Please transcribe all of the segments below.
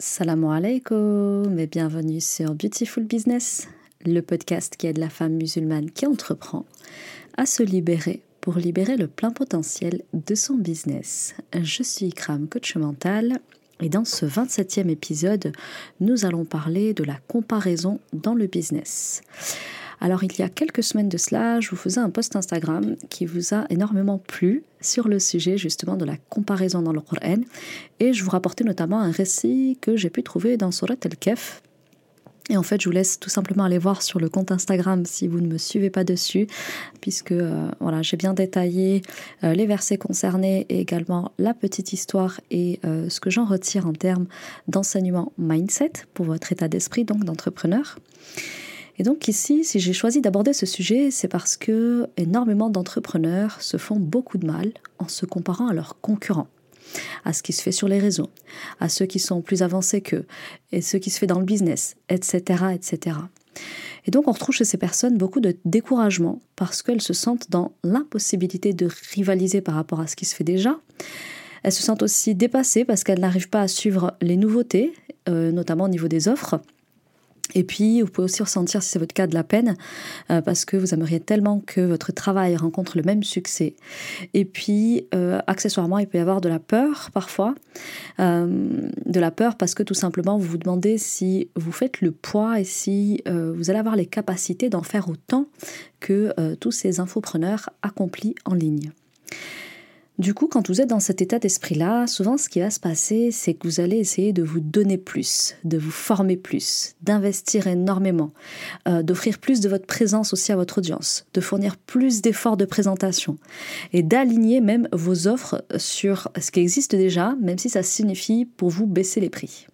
Assalamu alaikum et bienvenue sur Beautiful Business, le podcast qui aide la femme musulmane qui entreprend à se libérer pour libérer le plein potentiel de son business. Je suis Ikram, coach mental, et dans ce 27e épisode, nous allons parler de la comparaison dans le business. Alors il y a quelques semaines de cela, je vous faisais un post Instagram qui vous a énormément plu sur le sujet justement de la comparaison dans le Coran, et je vous rapportais notamment un récit que j'ai pu trouver dans Surat Al-Kahf. Et en fait, je vous laisse tout simplement aller voir sur le compte Instagram si vous ne me suivez pas dessus, puisque j'ai bien détaillé les versets concernés et également la petite histoire et ce que j'en retire en termes d'enseignement mindset pour votre état d'esprit donc d'entrepreneur. Et donc ici, si j'ai choisi d'aborder ce sujet, c'est parce que énormément d'entrepreneurs se font beaucoup de mal en se comparant à leurs concurrents, à ce qui se fait sur les réseaux, à ceux qui sont plus avancés qu'eux, et ce qui se fait dans le business, etc., etc. Et donc on retrouve chez ces personnes beaucoup de découragement parce qu'elles se sentent dans l'impossibilité de rivaliser par rapport à ce qui se fait déjà. Elles se sentent aussi dépassées parce qu'elles n'arrivent pas à suivre les nouveautés, notamment au niveau des offres. Et puis, vous pouvez aussi ressentir, si c'est votre cas, de la peine parce que vous aimeriez tellement que votre travail rencontre le même succès. Et puis, accessoirement, il peut y avoir de la peur parfois. De la peur parce que tout simplement, vous vous demandez si vous faites le poids et si vous allez avoir les capacités d'en faire autant que tous ces infopreneurs accomplis en ligne. Du coup, quand vous êtes dans cet état d'esprit-là, souvent ce qui va se passer, c'est que vous allez essayer de vous donner plus, de vous former plus, d'investir énormément, d'offrir plus de votre présence aussi à votre audience, de fournir plus d'efforts de présentation et d'aligner même vos offres sur ce qui existe déjà, même si ça signifie pour vous baisser les prix.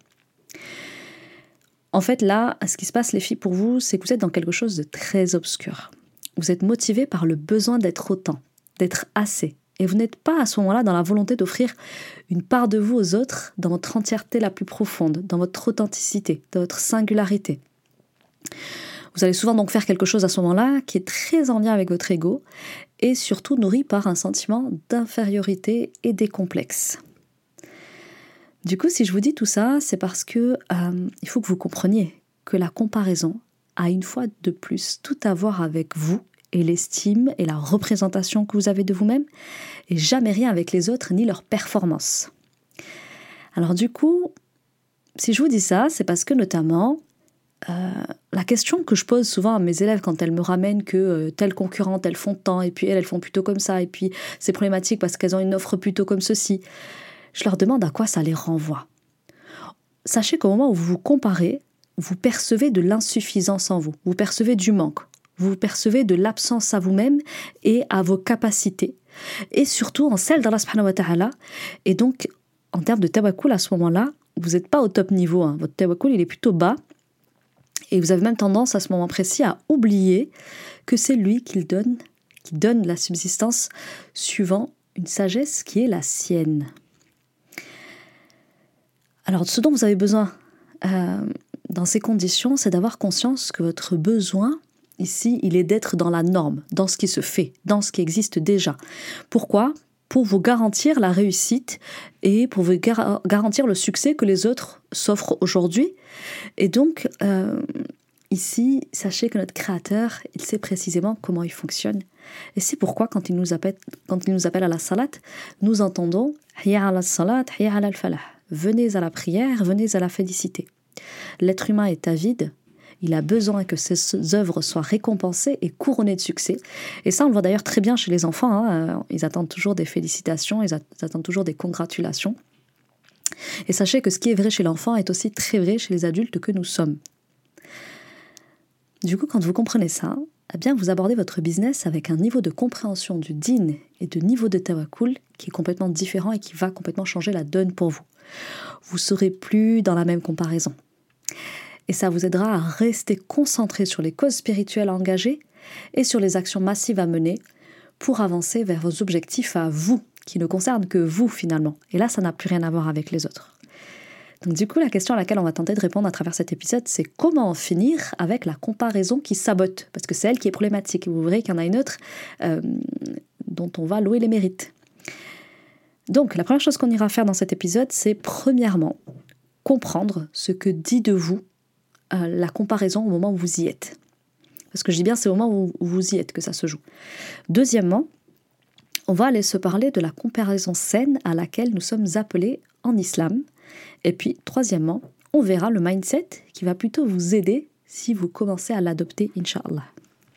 En fait, là, ce qui se passe, les filles, pour vous, c'est que vous êtes dans quelque chose de très obscur. Vous êtes motivées par le besoin d'être autant, d'être assez. Et vous n'êtes pas à ce moment-là dans la volonté d'offrir une part de vous aux autres dans votre entièreté la plus profonde, dans votre authenticité, dans votre singularité. Vous allez souvent donc faire quelque chose à ce moment-là qui est très en lien avec votre ego et surtout nourri par un sentiment d'infériorité et des complexes. Du coup, si je vous dis tout ça, c'est parce que il faut que vous compreniez que la comparaison a une fois de plus tout à voir avec vous et l'estime et la représentation que vous avez de vous-même, et jamais rien avec les autres ni leur performance. Alors du coup, si je vous dis ça, c'est parce que notamment, la question que je pose souvent à mes élèves quand elles me ramènent que telle concurrente, elles font tant, et puis elles font plutôt comme ça, et puis c'est problématique parce qu'elles ont une offre plutôt comme ceci, je leur demande à quoi ça les renvoie. Sachez qu'au moment où vous vous comparez, vous percevez de l'insuffisance en vous, vous percevez du manque. Vous percevez de l'absence à vous-même et à vos capacités. Et surtout en celle d'Allah subhanahu wa ta'ala. Et donc, en termes de tawakkul, à ce moment-là, vous n'êtes pas au top niveau. Votre tawakkul, il est plutôt bas. Et vous avez même tendance, à ce moment précis, à oublier que c'est lui qui donne la subsistance suivant une sagesse qui est la sienne. Alors, ce dont vous avez besoin dans ces conditions, c'est d'avoir conscience que votre besoin, ici, il est d'être dans la norme, dans ce qui se fait, dans ce qui existe déjà. Pourquoi ? Pour vous garantir la réussite et pour vous garantir le succès que les autres s'offrent aujourd'hui. Et donc, ici, sachez que notre Créateur, il sait précisément comment il fonctionne. Et c'est pourquoi, quand il nous appelle à la salat, nous entendons « Hayya ala salat, hayya ala al-falah » « Venez à la prière, venez à la félicité ». L'être humain est avide. Il a besoin que ses œuvres soient récompensées et couronnées de succès. Et ça, on le voit d'ailleurs très bien chez les enfants. Ils attendent toujours des félicitations, ils attendent toujours des congratulations. Et sachez que ce qui est vrai chez l'enfant est aussi très vrai chez les adultes que nous sommes. Du coup, quand vous comprenez ça, eh bien, vous abordez votre business avec un niveau de compréhension du din et de niveau de tawakkul qui est complètement différent et qui va complètement changer la donne pour vous. Vous ne serez plus dans la même comparaison. Et ça vous aidera à rester concentré sur les causes spirituelles à engager et sur les actions massives à mener pour avancer vers vos objectifs à vous, qui ne concernent que vous finalement. Et là, ça n'a plus rien à voir avec les autres. Donc du coup, la question à laquelle on va tenter de répondre à travers cet épisode, c'est comment en finir avec la comparaison qui sabote, parce que c'est elle qui est problématique. Vous verrez qu'il y en a une autre dont on va louer les mérites. Donc, la première chose qu'on ira faire dans cet épisode, c'est premièrement comprendre ce que dit de vous la comparaison au moment où vous y êtes. Parce que je dis bien, c'est au moment où vous y êtes que ça se joue. Deuxièmement, on va aller se parler de la comparaison saine à laquelle nous sommes appelés en islam. Et puis, troisièmement, on verra le mindset qui va plutôt vous aider si vous commencez à l'adopter, Inch'Allah.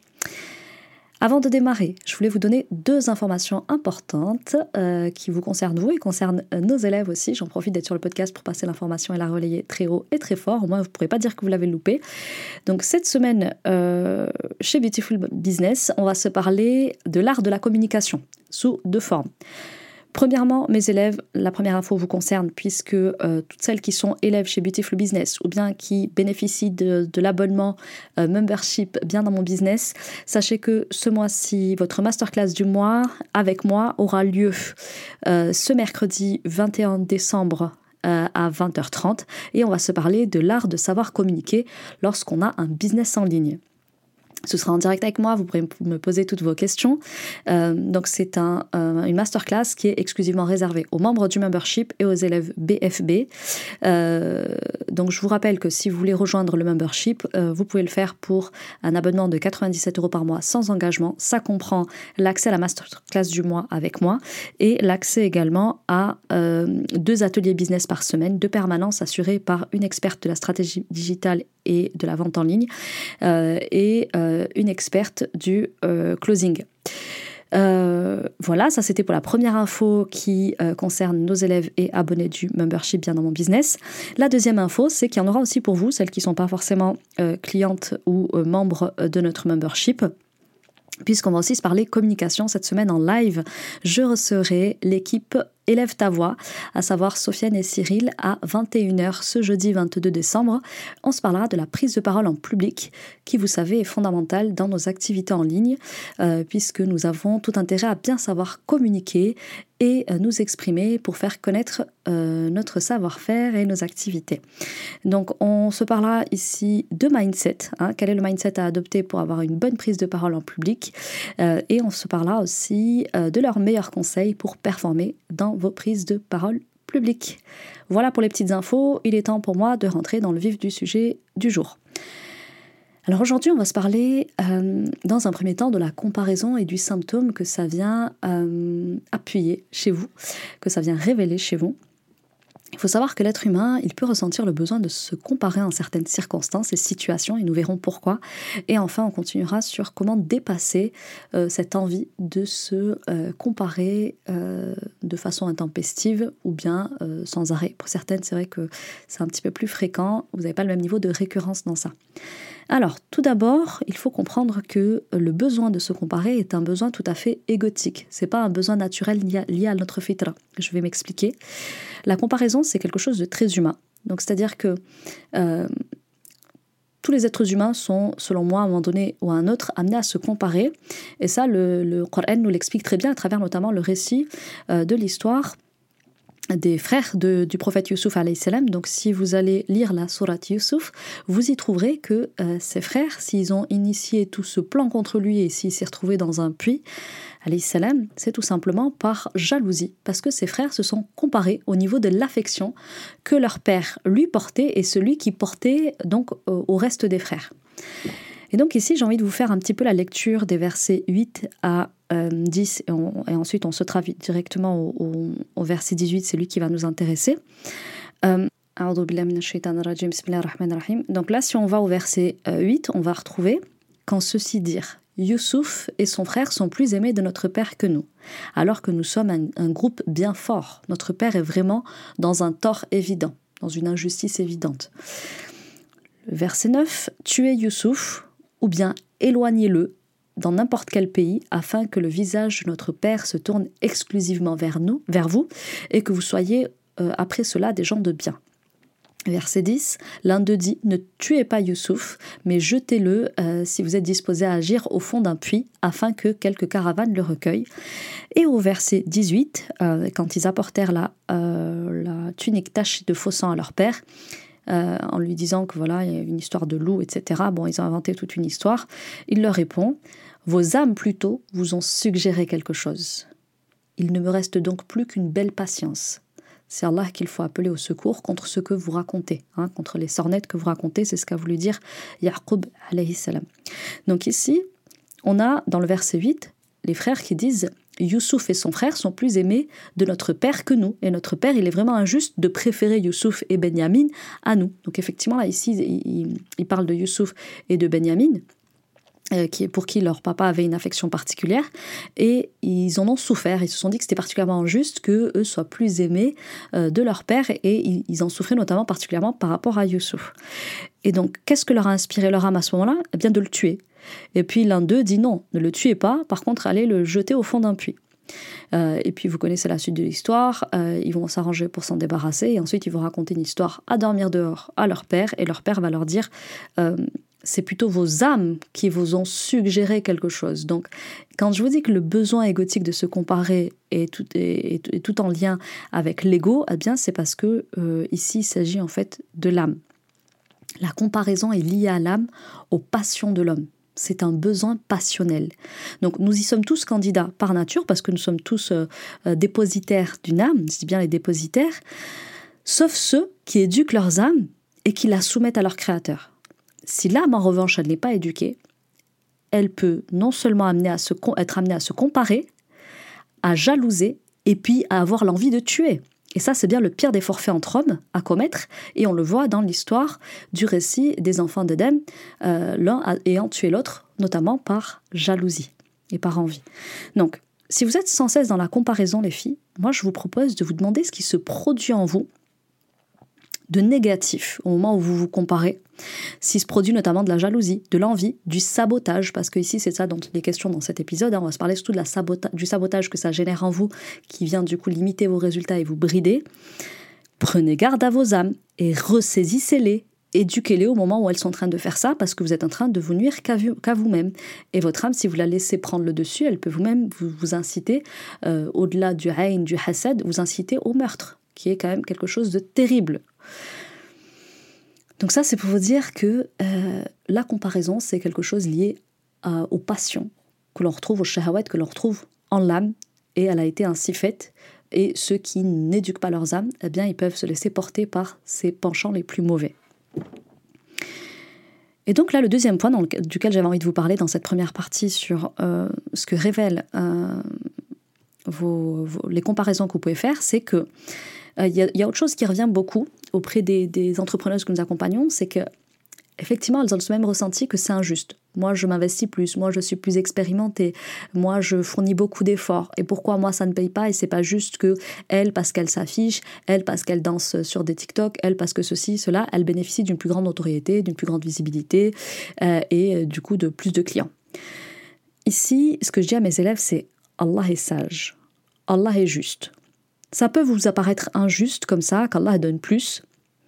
Avant de démarrer, je voulais vous donner 2 informations importantes qui vous concernent vous et concernent nos élèves aussi. J'en profite d'être sur le podcast pour passer l'information et la relayer très haut et très fort. Au moins, vous ne pourrez pas dire que vous l'avez loupé. Donc, cette semaine, chez Beautiful Business, on va se parler de l'art de la communication sous 2 formes. Premièrement, mes élèves, la première info vous concerne puisque toutes celles qui sont élèves chez Beautiful Business ou bien qui bénéficient de l'abonnement membership bien dans mon business, sachez que ce mois-ci, votre masterclass du mois avec moi aura lieu ce mercredi 21 décembre à 20h30 et on va se parler de l'art de savoir communiquer lorsqu'on a un business en ligne. Ce sera en direct avec moi, vous pourrez me poser toutes vos questions. Donc c'est une masterclass qui est exclusivement réservée aux membres du membership et aux élèves BFB. Donc je vous rappelle que si vous voulez rejoindre le membership, vous pouvez le faire pour un abonnement de 97 € par mois sans engagement. Ça comprend l'accès à la masterclass du mois avec moi et l'accès également à 2 ateliers business par semaine, 2 permanences assurées par une experte de la stratégie digitale et de la vente en ligne et une experte du closing. Voilà, ça c'était pour la première info qui concerne nos élèves et abonnés du membership bien dans mon business. La deuxième info, c'est qu'il y en aura aussi pour vous, celles qui ne sont pas forcément clientes ou membres de notre membership. Puisqu'on va aussi se parler communication cette semaine en live, je recevrai l'équipe Élève ta voix, à savoir Sofiane et Cyril, à 21h ce jeudi 22 décembre. On se parlera de la prise de parole en public, qui vous savez est fondamentale dans nos activités en ligne, puisque nous avons tout intérêt à bien savoir communiquer et nous exprimer pour faire connaître notre savoir-faire et nos activités. Donc on se parlera ici de mindset, quel est le mindset à adopter pour avoir une bonne prise de parole en public, et on se parlera aussi de leurs meilleurs conseils pour performer dans vos prises de parole publiques. Voilà pour les petites infos, il est temps pour moi de rentrer dans le vif du sujet du jour. Alors aujourd'hui, on va se parler dans un premier temps de la comparaison et du symptôme que ça vient appuyer chez vous, que ça vient révéler chez vous. Il faut savoir que l'être humain, il peut ressentir le besoin de se comparer en certaines circonstances et situations, et nous verrons pourquoi. Et enfin, on continuera sur comment dépasser cette envie de se comparer de façon intempestive ou bien sans arrêt. Pour certaines, c'est vrai que c'est un petit peu plus fréquent, vous n'avez pas le même niveau de récurrence dans ça. Alors, tout d'abord, il faut comprendre que le besoin de se comparer est un besoin tout à fait égotique. C'est pas un besoin naturel lié à notre fitra. Je vais m'expliquer. La comparaison, c'est quelque chose de très humain. Donc, c'est-à-dire que tous les êtres humains sont, selon moi, à un moment donné ou à un autre, amenés à se comparer. Et ça, le Coran nous l'explique très bien à travers notamment le récit de l'histoire des frères du prophète Youssouf alayhi salam. Donc si vous allez lire la sourate Youssouf, vous y trouverez que ses frères, s'ils ont initié tout ce plan contre lui et s'il s'est retrouvé dans un puits, alayhi salam, c'est tout simplement par jalousie, parce que ses frères se sont comparés au niveau de l'affection que leur père lui portait et celui qui portait donc au reste des frères. Et donc ici, j'ai envie de vous faire un petit peu la lecture des versets 8 à 10, et ensuite on sautera directement au verset 18, c'est lui qui va nous intéresser. Donc là, si on va au verset 8, on va retrouver « Quand ceux-ci dirent « Youssouf et son frère sont plus aimés de notre père que nous, alors que nous sommes un groupe bien fort. Notre père est vraiment dans un tort évident, dans une injustice évidente. » Verset 9 « Tuez Youssouf, ou bien éloignez-le dans n'importe quel pays, afin que le visage de notre Père se tourne exclusivement vers vous, et que vous soyez après cela des gens de bien. » Verset 10, l'un d'eux dit « Ne tuez pas Youssouf, mais jetez-le si vous êtes disposé à agir au fond d'un puits, afin que quelques caravanes le recueillent. » Et au verset 18, quand ils apportèrent la tunique tachée de faux sang à leur père, en lui disant que voilà, il y a une histoire de loup, etc. Bon, ils ont inventé toute une histoire. Il leur répond « Vos âmes plutôt vous ont suggéré quelque chose. Il ne me reste donc plus qu'une belle patience. C'est Allah qu'il faut appeler au secours contre ce que vous racontez, contre les sornettes que vous racontez, c'est ce qu'a voulu dire Yaqub alayhi salam. Donc ici, on a dans le verset 8, les frères qui disent « Youssouf et son frère sont plus aimés de notre père que nous, et notre père, il est vraiment injuste de préférer Youssouf et Benyamin à nous. » Donc effectivement, là, ici, il parle de Youssouf et de Benyamin, pour qui leur papa avait une affection particulière, et ils en ont souffert. Ils se sont dit que c'était particulièrement injuste qu'eux soient plus aimés de leur père, et ils en souffraient notamment particulièrement par rapport à Youssouf. Et donc, qu'est-ce que leur a inspiré leur âme à ce moment-là ? Eh bien, de le tuer. Et puis l'un d'eux dit non, ne le tuez pas, par contre, allez le jeter au fond d'un puits. Et puis vous connaissez la suite de l'histoire, ils vont s'arranger pour s'en débarrasser, et ensuite ils vont raconter une histoire à dormir dehors à leur père, et leur père va leur dire c'est plutôt vos âmes qui vous ont suggéré quelque chose. Donc quand je vous dis que le besoin égotique de se comparer est tout en lien avec l'ego, eh bien c'est parce que ici il s'agit en fait de l'âme. La comparaison est liée à l'âme, aux passions de l'homme. C'est un besoin passionnel. Donc nous y sommes tous candidats par nature, parce que nous sommes tous dépositaires d'une âme, je dis bien les dépositaires, sauf ceux qui éduquent leurs âmes et qui la soumettent à leur créateur. Si l'âme, en revanche, elle n'est pas éduquée, elle peut non seulement être amenée à se comparer, à jalouser, et puis à avoir l'envie de tuer. Et ça, c'est bien le pire des forfaits entre hommes à commettre, et on le voit dans l'histoire du récit des enfants d'Éden, l'un ayant tué l'autre, notamment par jalousie et par envie. Donc, si vous êtes sans cesse dans la comparaison, les filles, moi je vous propose de vous demander ce qui se produit en vous de négatif au moment où vous vous comparez, s'il se produit notamment de la jalousie, de l'envie, du sabotage, parce que ici c'est ça dont il est question dans cet épisode, on va se parler surtout du sabotage que ça génère en vous, qui vient du coup limiter vos résultats et vous brider. Prenez garde à vos âmes et ressaisissez-les, éduquez-les au moment où elles sont en train de faire ça, parce que vous êtes en train de vous nuire qu'à vous-même. Et votre âme, si vous la laissez prendre le dessus, elle peut vous-même vous inciter, au-delà du haïn, du hasad, vous inciter au meurtre, qui est quand même quelque chose de terrible. Donc ça, c'est pour vous dire que la comparaison, c'est quelque chose lié aux passions que l'on retrouve, aux shahawat, que l'on retrouve en l'âme, et elle a été ainsi faite. Et ceux qui n'éduquent pas leurs âmes, eh bien, ils peuvent se laisser porter par ces penchants les plus mauvais. Et donc là, le deuxième point duquel j'avais envie de vous parler dans cette première partie sur ce que révèlent les comparaisons que vous pouvez faire, c'est que il y a autre chose qui revient beaucoup auprès des entrepreneuses que nous accompagnons, c'est que effectivement, elles ont ce même ressenti que c'est injuste. Moi, je m'investis plus, moi, je suis plus expérimentée, moi, je fournis beaucoup d'efforts. Et pourquoi moi, ça ne paye pas? Et c'est pas juste que elle, parce qu'elle s'affiche, elle, parce qu'elle danse sur des TikTok, elle, parce que ceci, cela, elle bénéficie d'une plus grande notoriété, d'une plus grande visibilité et du coup de plus de clients. Ici, ce que je dis à mes élèves, c'est Allah est sage, Allah est juste. Ça peut vous apparaître injuste comme ça, qu'Allah donne plus.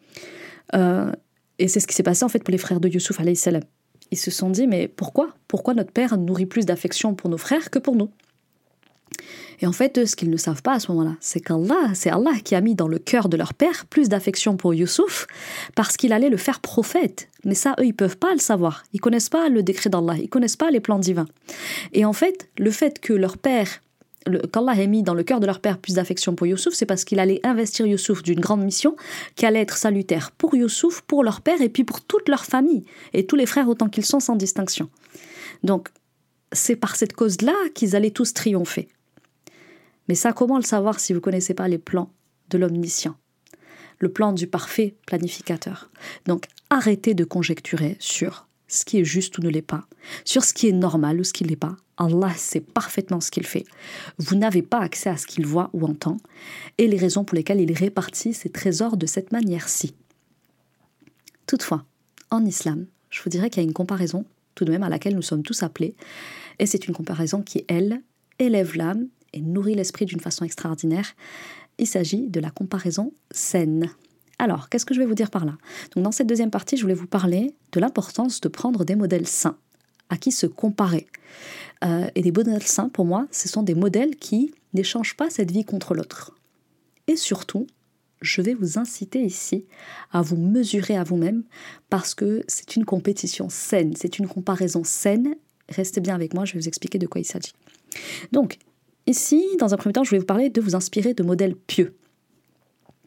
Et c'est ce qui s'est passé en fait pour les frères de Youssouf alayhi salam. Ils se sont dit, mais pourquoi notre père nourrit plus d'affection pour nos frères que pour nous? Et en fait, ce qu'ils ne savent pas à ce moment-là, c'est c'est Allah qui a mis dans le cœur de leur père plus d'affection pour Youssouf parce qu'il allait le faire prophète. Mais ça, eux, ils peuvent pas le savoir. Ils connaissent pas le décret d'Allah, ils connaissent pas les plans divins. Et en fait, le fait que leur père, qu'Allah ait mis dans le cœur de leur père plus d'affection pour Youssouf, c'est parce qu'il allait investir Youssouf d'une grande mission qui allait être salutaire pour Youssouf, pour leur père et puis pour toute leur famille et tous les frères autant qu'ils sont sans distinction. Donc, c'est par cette cause-là qu'ils allaient tous triompher. Mais ça, comment le savoir si vous ne connaissez pas les plans de l'omniscient, le plan du parfait planificateur? Donc, arrêtez de conjecturer sur ce qui est juste ou ne l'est pas, sur ce qui est normal ou ce qui ne l'est pas. Allah sait parfaitement ce qu'il fait. Vous n'avez pas accès à ce qu'il voit ou entend et les raisons pour lesquelles il répartit ses trésors de cette manière-ci. Toutefois, en islam, je vous dirais qu'il y a une comparaison tout de même à laquelle nous sommes tous appelés, et c'est une comparaison qui, elle, élève l'âme et nourrit l'esprit d'une façon extraordinaire. Il s'agit de la comparaison saine. Alors, qu'est-ce que je vais vous dire par là? Donc, dans cette deuxième partie, je voulais vous parler de l'importance de prendre des modèles sains, à qui se comparer. Et des modèles sains, pour moi, ce sont des modèles qui n'échangent pas cette vie contre l'autre. Et surtout, je vais vous inciter ici à vous mesurer à vous-même parce que c'est une compétition saine, c'est une comparaison saine. Restez bien avec moi, je vais vous expliquer de quoi il s'agit. Donc, ici, dans un premier temps, je vais vous parler de vous inspirer de modèles pieux.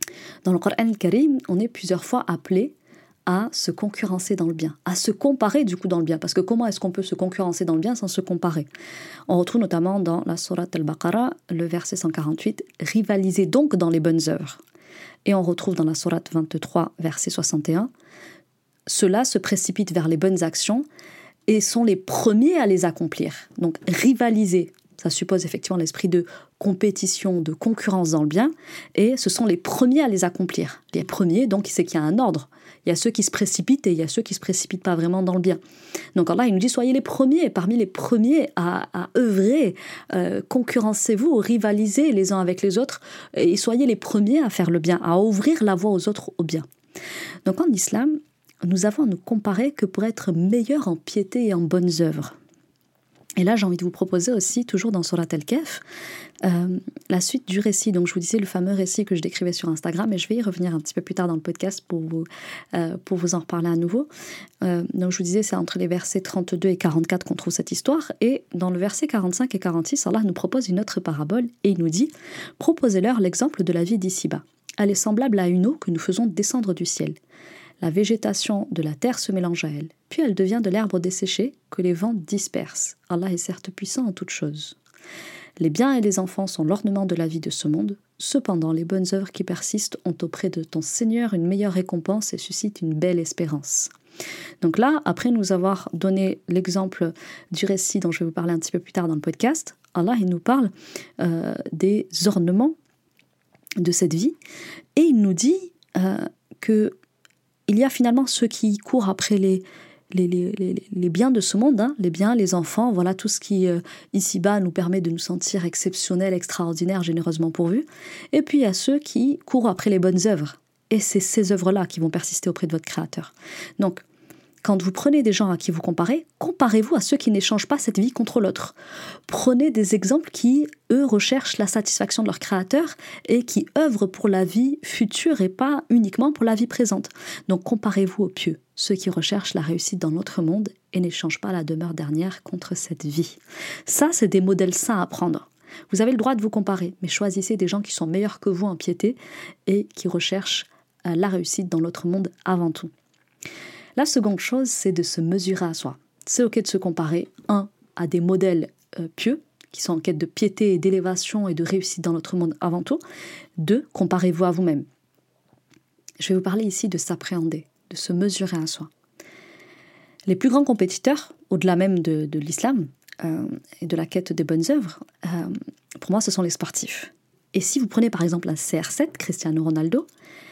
Dans le Coran al-Karim, on est plusieurs fois appelé à se concurrencer dans le bien, à se comparer du coup dans le bien. Parce que comment est-ce qu'on peut se concurrencer dans le bien sans se comparer? On retrouve notamment dans la sourate Al-Baqarah, le verset 148, « Rivalisez donc dans les bonnes œuvres ». Et on retrouve dans la sourate 23, verset 61, « Ceux-là se précipitent vers les bonnes actions et sont les premiers à les accomplir ». Donc rivaliser, ça suppose effectivement l'esprit de compétition, de concurrence dans le bien, et ce sont les premiers à les accomplir. Les premiers, donc, c'est qu'il y a un ordre. Il y a ceux qui se précipitent et il y a ceux qui ne se précipitent pas vraiment dans le bien. Donc Allah, il nous dit, soyez les premiers, parmi les premiers à œuvrer, concurrencez-vous, rivalisez les uns avec les autres, et soyez les premiers à faire le bien, à ouvrir la voie aux autres au bien. Donc en islam, nous avons à nous comparer que pour être meilleurs en piété et en bonnes œuvres. Et là, j'ai envie de vous proposer aussi, toujours dans Surat Al-Kahf, la suite du récit. Donc, je vous disais le fameux récit que je décrivais sur Instagram, et je vais y revenir un petit peu plus tard dans le podcast pour vous en reparler à nouveau. Donc, je vous disais, c'est entre les versets 32 et 44 qu'on trouve cette histoire. Et dans le verset 45 et 46, Allah nous propose une autre parabole, et il nous dit « Proposez-leur l'exemple de la vie d'ici-bas. Elle est semblable à une eau que nous faisons descendre du ciel. La végétation de la terre se mélange à elle, puis elle devient de l'herbe desséchée que les vents dispersent. Allah est certes puissant en toutes choses. Les biens et les enfants sont l'ornement de la vie de ce monde. Cependant, les bonnes œuvres qui persistent ont auprès de ton Seigneur une meilleure récompense et suscitent une belle espérance. » Donc là, après nous avoir donné l'exemple du récit dont je vais vous parler un petit peu plus tard dans le podcast, Allah il nous parle des ornements de cette vie, et il nous dit que il y a finalement ceux qui courent après les biens de ce monde, hein, les biens, les enfants, voilà tout ce qui ici-bas nous permet de nous sentir exceptionnels, extraordinaires, généreusement pourvus. Et puis il y a ceux qui courent après les bonnes œuvres. Et c'est ces œuvres-là qui vont persister auprès de votre Créateur. Donc, quand vous prenez des gens à qui vous comparez, comparez-vous à ceux qui n'échangent pas cette vie contre l'autre. Prenez des exemples qui, eux, recherchent la satisfaction de leur Créateur et qui œuvrent pour la vie future et pas uniquement pour la vie présente. Donc comparez-vous aux pieux, ceux qui recherchent la réussite dans notre monde et n'échangent pas la demeure dernière contre cette vie. Ça, c'est des modèles sains à prendre. Vous avez le droit de vous comparer, mais choisissez des gens qui sont meilleurs que vous en piété et qui recherchent la réussite dans notre monde avant tout. La seconde chose, c'est de se mesurer à soi. C'est ok de se comparer, à des modèles pieux, qui sont en quête de piété et d'élévation et de réussite dans notre monde avant tout. 2, comparez-vous à vous-même. Je vais vous parler ici de s'appréhender, de se mesurer à soi. Les plus grands compétiteurs, au-delà même de l'islam et de la quête des bonnes œuvres, pour moi, ce sont les sportifs. Et si vous prenez par exemple un CR7, Cristiano Ronaldo,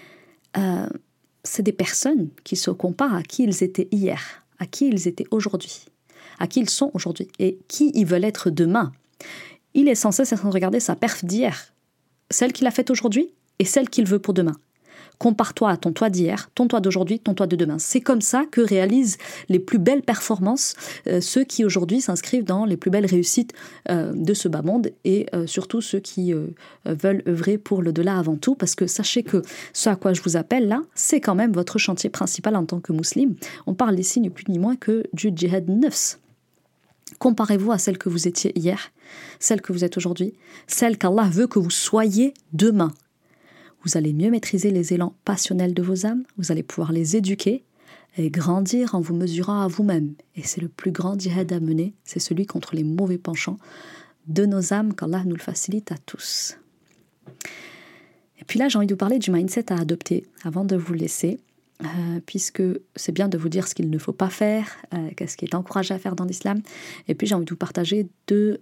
c'est des personnes qui se comparent à qui ils étaient hier, à qui ils étaient aujourd'hui, à qui ils sont aujourd'hui et qui ils veulent être demain. Il est sans cesse en train de regarder sa perf d'hier, celle qu'il a faite aujourd'hui et celle qu'il veut pour demain. Compare-toi à ton toi d'hier, ton toi d'aujourd'hui, ton toi de demain. C'est comme ça que réalisent les plus belles performances ceux qui aujourd'hui s'inscrivent dans les plus belles réussites de ce bas monde et surtout ceux qui veulent œuvrer pour l'au-delà avant tout, parce que sachez que ce à quoi je vous appelle là, c'est quand même votre chantier principal en tant que musulman. On parle ici ni plus ni moins que du djihad nafs. Comparez-vous à celle que vous étiez hier, celle que vous êtes aujourd'hui, celle qu'Allah veut que vous soyez demain. Vous allez mieux maîtriser les élans passionnels de vos âmes, vous allez pouvoir les éduquer et grandir en vous mesurant à vous-même. Et c'est le plus grand djihad à mener, c'est celui contre les mauvais penchants de nos âmes, qu'Allah nous le facilite à tous. Et puis là, j'ai envie de vous parler du mindset à adopter avant de vous laisser, puisque c'est bien de vous dire ce qu'il ne faut pas faire, qu'est-ce qui est encouragé à faire dans l'islam. Et puis j'ai envie de vous partager deux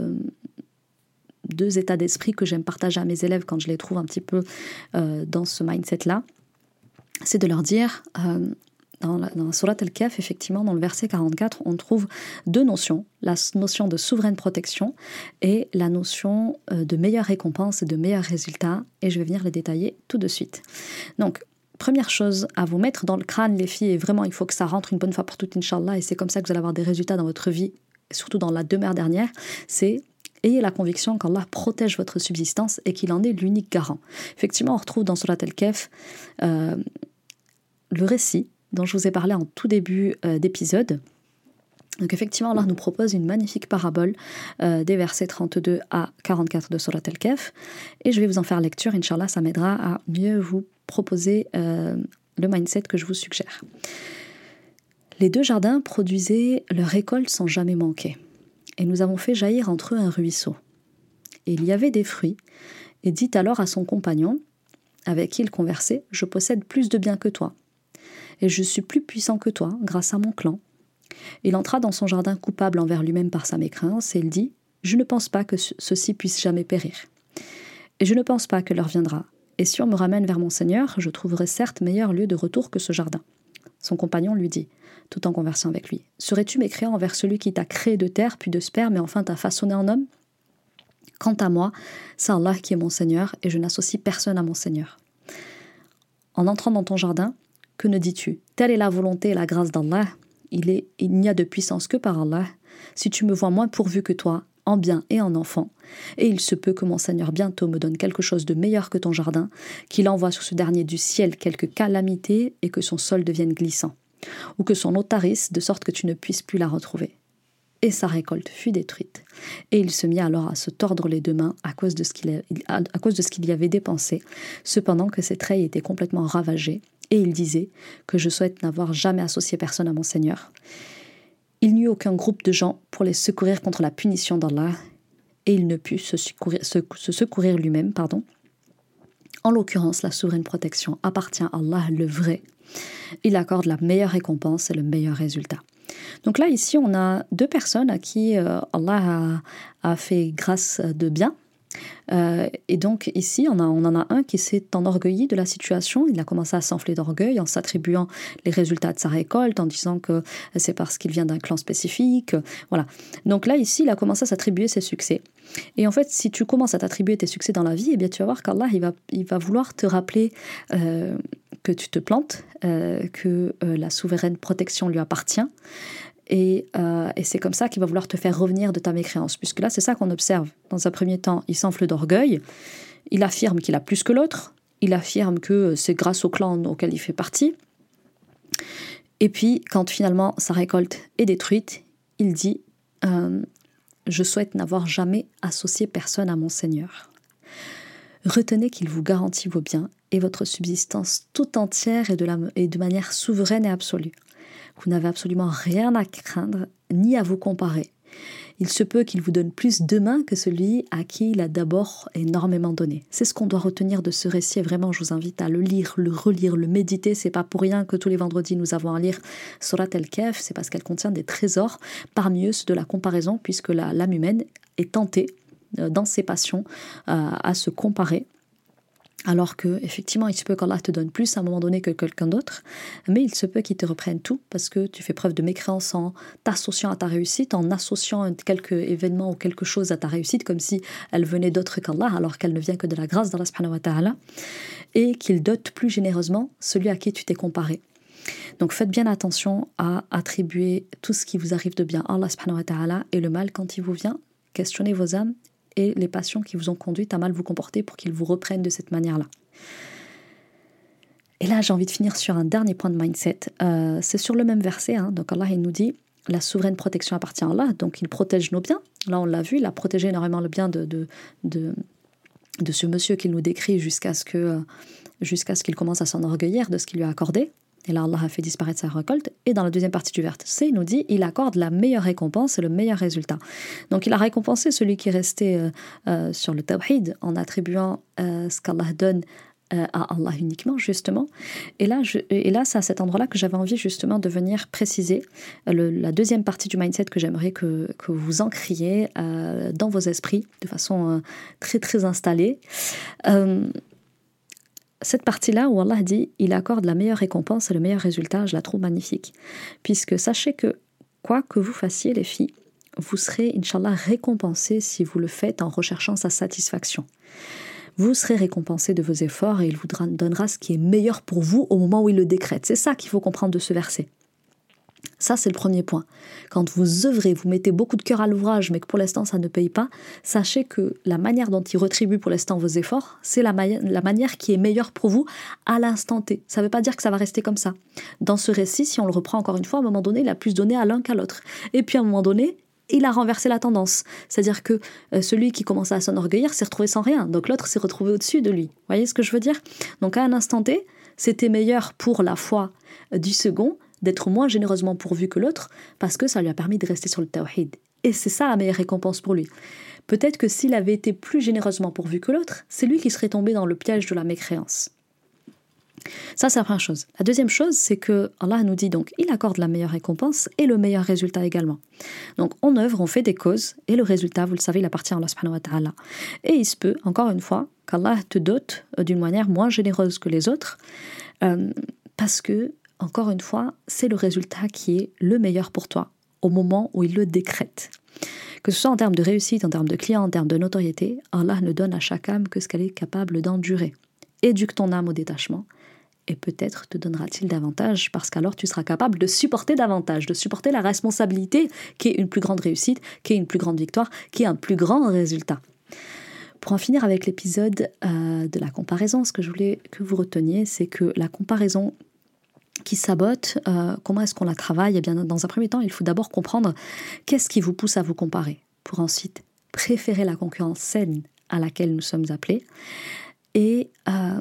états d'esprit que j'aime partager à mes élèves quand je les trouve un petit peu dans ce mindset-là. C'est de leur dire, dans la Surat Al-Kahf, effectivement, dans le verset 44, on trouve deux notions, la notion de souveraine protection et la notion de meilleure récompense et de meilleurs résultats, et je vais venir les détailler tout de suite. Donc, première chose à vous mettre dans le crâne, les filles, et vraiment, il faut que ça rentre une bonne fois pour toutes, Inch'Allah, et c'est comme ça que vous allez avoir des résultats dans votre vie, surtout dans la demeure dernière, c'est ayez la conviction qu'Allah protège votre subsistance et qu'il en est l'unique garant. Effectivement, on retrouve dans Surat Al-Kahf le récit dont je vous ai parlé en tout début d'épisode, Donc effectivement, Allah nous propose une magnifique parabole des versets 32 à 44 de Surat Al-Kahf. Et je vais vous en faire lecture, Inch'Allah, ça m'aidera à mieux vous proposer le mindset que je vous suggère. Les 2 jardins produisaient leur récolte sans jamais manquer. Et nous avons fait jaillir entre eux un ruisseau. Et il y avait des fruits. Et dit alors à son compagnon, avec qui il conversait, « Je possède plus de biens que toi. Et je suis plus puissant que toi, grâce à mon clan. » Il entra dans son jardin coupable envers lui-même par sa mécréance, et il dit « Je ne pense pas que ceci puisse jamais périr. Et je ne pense pas que l'heure viendra. Et si on me ramène vers mon Seigneur, je trouverai certes meilleur lieu de retour que ce jardin. » Son compagnon lui dit, tout en conversant avec lui, « Serais-tu mécréant envers celui qui t'a créé de terre, puis de sperme, et enfin t'a façonné en homme ? Quant à moi, c'est Allah qui est mon Seigneur, et je n'associe personne à mon Seigneur. En entrant dans ton jardin, que ne dis-tu ? Telle est la volonté et la grâce d'Allah. Il n'y a de puissance que par Allah. Si tu me vois moins pourvu que toi, en bien et en enfant, et il se peut que mon Seigneur bientôt me donne quelque chose de meilleur que ton jardin, qu'il envoie sur ce dernier du ciel quelque calamité et que son sol devienne glissant, ou que son eau tarisse de sorte que tu ne puisses plus la retrouver. » Et sa récolte fut détruite. Et il se mit alors à se tordre les 2 mains à cause de ce qu'il y avait dépensé, cependant que ses treilles étaient complètement ravagées, et il disait que je souhaite n'avoir jamais associé personne à mon Seigneur. Il n'y eut aucun groupe de gens pour les secourir contre la punition d'Allah, et il ne put se secourir lui-même. En l'occurrence, la souveraine protection appartient à Allah le vrai. Il accorde la meilleure récompense et le meilleur résultat. Donc là, ici, on a 2 personnes à qui Allah a fait grâce de bien. Et donc ici, on en a un qui s'est enorgueilli de la situation. Il a commencé à s'enfler d'orgueil en s'attribuant les résultats de sa récolte, en disant que c'est parce qu'il vient d'un clan spécifique. Voilà. Donc là, ici, il a commencé à s'attribuer ses succès. Et en fait, si tu commences à t'attribuer tes succès dans la vie, eh bien, tu vas voir qu'Allah, il va vouloir te rappeler que tu te plantes, que la souveraine protection lui appartient. Et c'est comme ça qu'il va vouloir te faire revenir de ta mécréance. Puisque là, c'est ça qu'on observe. Dans un premier temps, il s'enfle d'orgueil. Il affirme qu'il a plus que l'autre. Il affirme que c'est grâce au clan auquel il fait partie. Et puis, quand finalement sa récolte est détruite, il dit « Je souhaite n'avoir jamais associé personne à mon Seigneur. » Retenez qu'il vous garantit vos biens et votre subsistance tout entière et de manière souveraine et absolue. Vous n'avez absolument rien à craindre, ni à vous comparer. Il se peut qu'il vous donne plus demain que celui à qui il a d'abord énormément donné. C'est ce qu'on doit retenir de ce récit. Et vraiment, je vous invite à le lire, le relire, le méditer. C'est pas pour rien que tous les vendredis, nous avons à lire Surat Al-Kahf. C'est parce qu'elle contient des trésors, parmi eux ceux de la comparaison, puisque l'âme humaine est tentée, dans ses passions, à se comparer. Alors que, effectivement, il se peut qu'Allah te donne plus à un moment donné que quelqu'un d'autre, mais il se peut qu'il te reprenne tout parce que tu fais preuve de mécréance en t'associant à ta réussite, en associant quelque événement ou quelque chose à ta réussite, comme si elle venait d'autre qu'Allah, alors qu'elle ne vient que de la grâce d'Allah subhanahu wa ta'ala, et qu'il dote plus généreusement celui à qui tu t'es comparé. Donc faites bien attention à attribuer tout ce qui vous arrive de bien à Allah subhanahu wa ta'ala, et le mal, quand il vous vient, questionnez vos âmes et les passions qui vous ont conduit à mal vous comporter pour qu'ils vous reprennent de cette manière-là. Et là, j'ai envie de finir sur un dernier point de mindset. C'est sur le même verset. Donc Allah, il nous dit « La souveraine protection appartient à Allah ». Donc il protège nos biens. Là, on l'a vu, il a protégé énormément le bien de ce monsieur qu'il nous décrit jusqu'à ce qu'il commence à s'enorgueillir de ce qu'il lui a accordé. Et là, Allah a fait disparaître sa récolte. Et dans la deuxième partie du verset, il nous dit il accorde la meilleure récompense et le meilleur résultat. Donc, il a récompensé celui qui restait sur le tawhid en attribuant ce qu'Allah donne à Allah uniquement, justement. Et là, c'est à cet endroit-là que j'avais envie, justement, de venir préciser la deuxième partie du mindset que j'aimerais que vous ancriez dans vos esprits de façon très, très installée. Cette partie-là où Allah dit « Il accorde la meilleure récompense et le meilleur résultat », je la trouve magnifique. Puisque sachez que, quoi que vous fassiez les filles, vous serez, Inch'Allah, récompensés si vous le faites en recherchant sa satisfaction. Vous serez récompensés de vos efforts et il vous donnera ce qui est meilleur pour vous au moment où il le décrète. C'est ça qu'il faut comprendre de ce verset. Ça, c'est le premier point. Quand vous œuvrez, vous mettez beaucoup de cœur à l'ouvrage, mais que pour l'instant, ça ne paye pas, sachez que la manière dont il retribue pour l'instant vos efforts, c'est la manière qui est meilleure pour vous à l'instant T. Ça ne veut pas dire que ça va rester comme ça. Dans ce récit, si on le reprend encore une fois, à un moment donné, il a plus donné à l'un qu'à l'autre. Et puis à un moment donné, il a renversé la tendance. C'est-à-dire que celui qui commençait à s'enorgueillir s'est retrouvé sans rien. Donc l'autre s'est retrouvé au-dessus de lui. Vous voyez ce que je veux dire? Donc à un instant T, c'était meilleur pour la foi du second d'être moins généreusement pourvu que l'autre, parce que ça lui a permis de rester sur le tawhid. Et c'est ça la meilleure récompense pour lui. Peut-être que s'il avait été plus généreusement pourvu que l'autre, c'est lui qui serait tombé dans le piège de la mécréance. Ça, c'est la première chose. La deuxième chose, c'est que Allah nous dit donc, il accorde la meilleure récompense et le meilleur résultat également. Donc, on œuvre, on fait des causes, et le résultat, vous le savez, il appartient à Allah subhanahu wa ta'ala. Et il se peut, encore une fois, qu'Allah te dote d'une manière moins généreuse que les autres, parce que, encore une fois, c'est le résultat qui est le meilleur pour toi, au moment où il le décrète. Que ce soit en termes de réussite, en termes de clients, en termes de notoriété, Allah ne donne à chaque âme que ce qu'elle est capable d'endurer. Éduque ton âme au détachement, et peut-être te donnera-t-il davantage, parce qu'alors tu seras capable de supporter davantage, de supporter la responsabilité qui est une plus grande réussite, qui est une plus grande victoire, qui est un plus grand résultat. Pour en finir avec l'épisode de la comparaison, ce que je voulais que vous reteniez, c'est que la comparaison qui sabote, comment est-ce qu'on la travaille? Eh bien, dans un premier temps, il faut d'abord comprendre qu'est-ce qui vous pousse à vous comparer, pour ensuite préférer la concurrence saine à laquelle nous sommes appelés. Et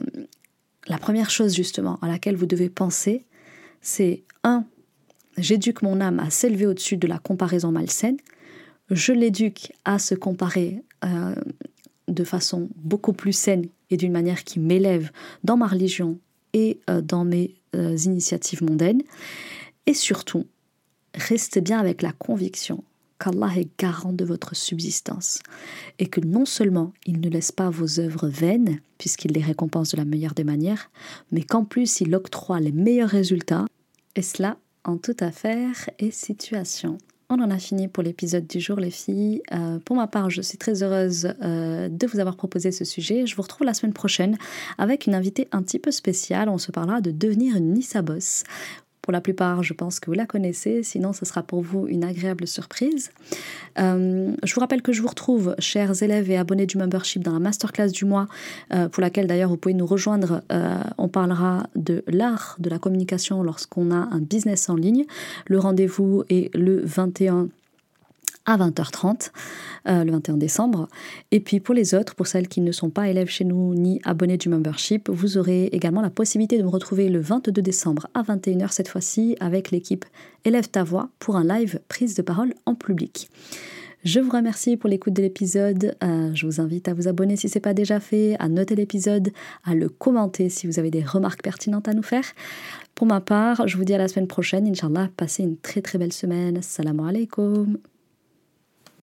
la première chose justement à laquelle vous devez penser, c'est 1. J'éduque mon âme à s'élever au-dessus de la comparaison malsaine. Je l'éduque à se comparer de façon beaucoup plus saine et d'une manière qui m'élève dans ma religion et dans mes initiatives mondaines. Et surtout, restez bien avec la conviction qu'Allah est garant de votre subsistance et que non seulement il ne laisse pas vos œuvres vaines, puisqu'il les récompense de la meilleure des manières, mais qu'en plus il octroie les meilleurs résultats, et cela en toute affaire et situation. On en a fini pour l'épisode du jour, les filles. Pour ma part, je suis très heureuse de vous avoir proposé ce sujet. Je vous retrouve la semaine prochaine avec une invitée un petit peu spéciale. On se parlera de devenir une Nissa Boss. Pour la plupart, je pense que vous la connaissez, sinon ce sera pour vous une agréable surprise. Je vous rappelle que je vous retrouve, chers élèves et abonnés du membership, dans la masterclass du mois, pour laquelle d'ailleurs vous pouvez nous rejoindre. On parlera de l'art de la communication lorsqu'on a un business en ligne. Le rendez-vous est le 21 à 20h30, le 21 décembre. Et puis pour les autres, pour celles qui ne sont pas élèves chez nous ni abonnés du membership, vous aurez également la possibilité de me retrouver le 22 décembre à 21h cette fois-ci avec l'équipe Élève ta voix pour un live prise de parole en public. Je vous remercie pour l'écoute de l'épisode. Je vous invite à vous abonner si ce n'est pas déjà fait, à noter l'épisode, à le commenter si vous avez des remarques pertinentes à nous faire. Pour ma part, je vous dis à la semaine prochaine. Inch'Allah, passez une très très belle semaine. Assalamu alaikum.